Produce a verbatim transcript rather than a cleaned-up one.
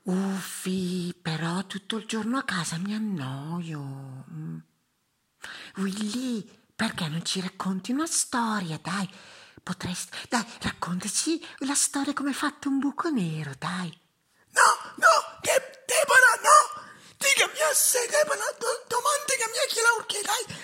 Uffi, però tutto il giorno a casa mi annoio. Mm. Willy, perché non ci racconti una storia, dai? Potresti... Dai, raccontaci la storia come hai fatto un buco nero, dai. No, no, che Deborah, no! Dica mi assai, Deborah, domande che mi ha chiesto, dai,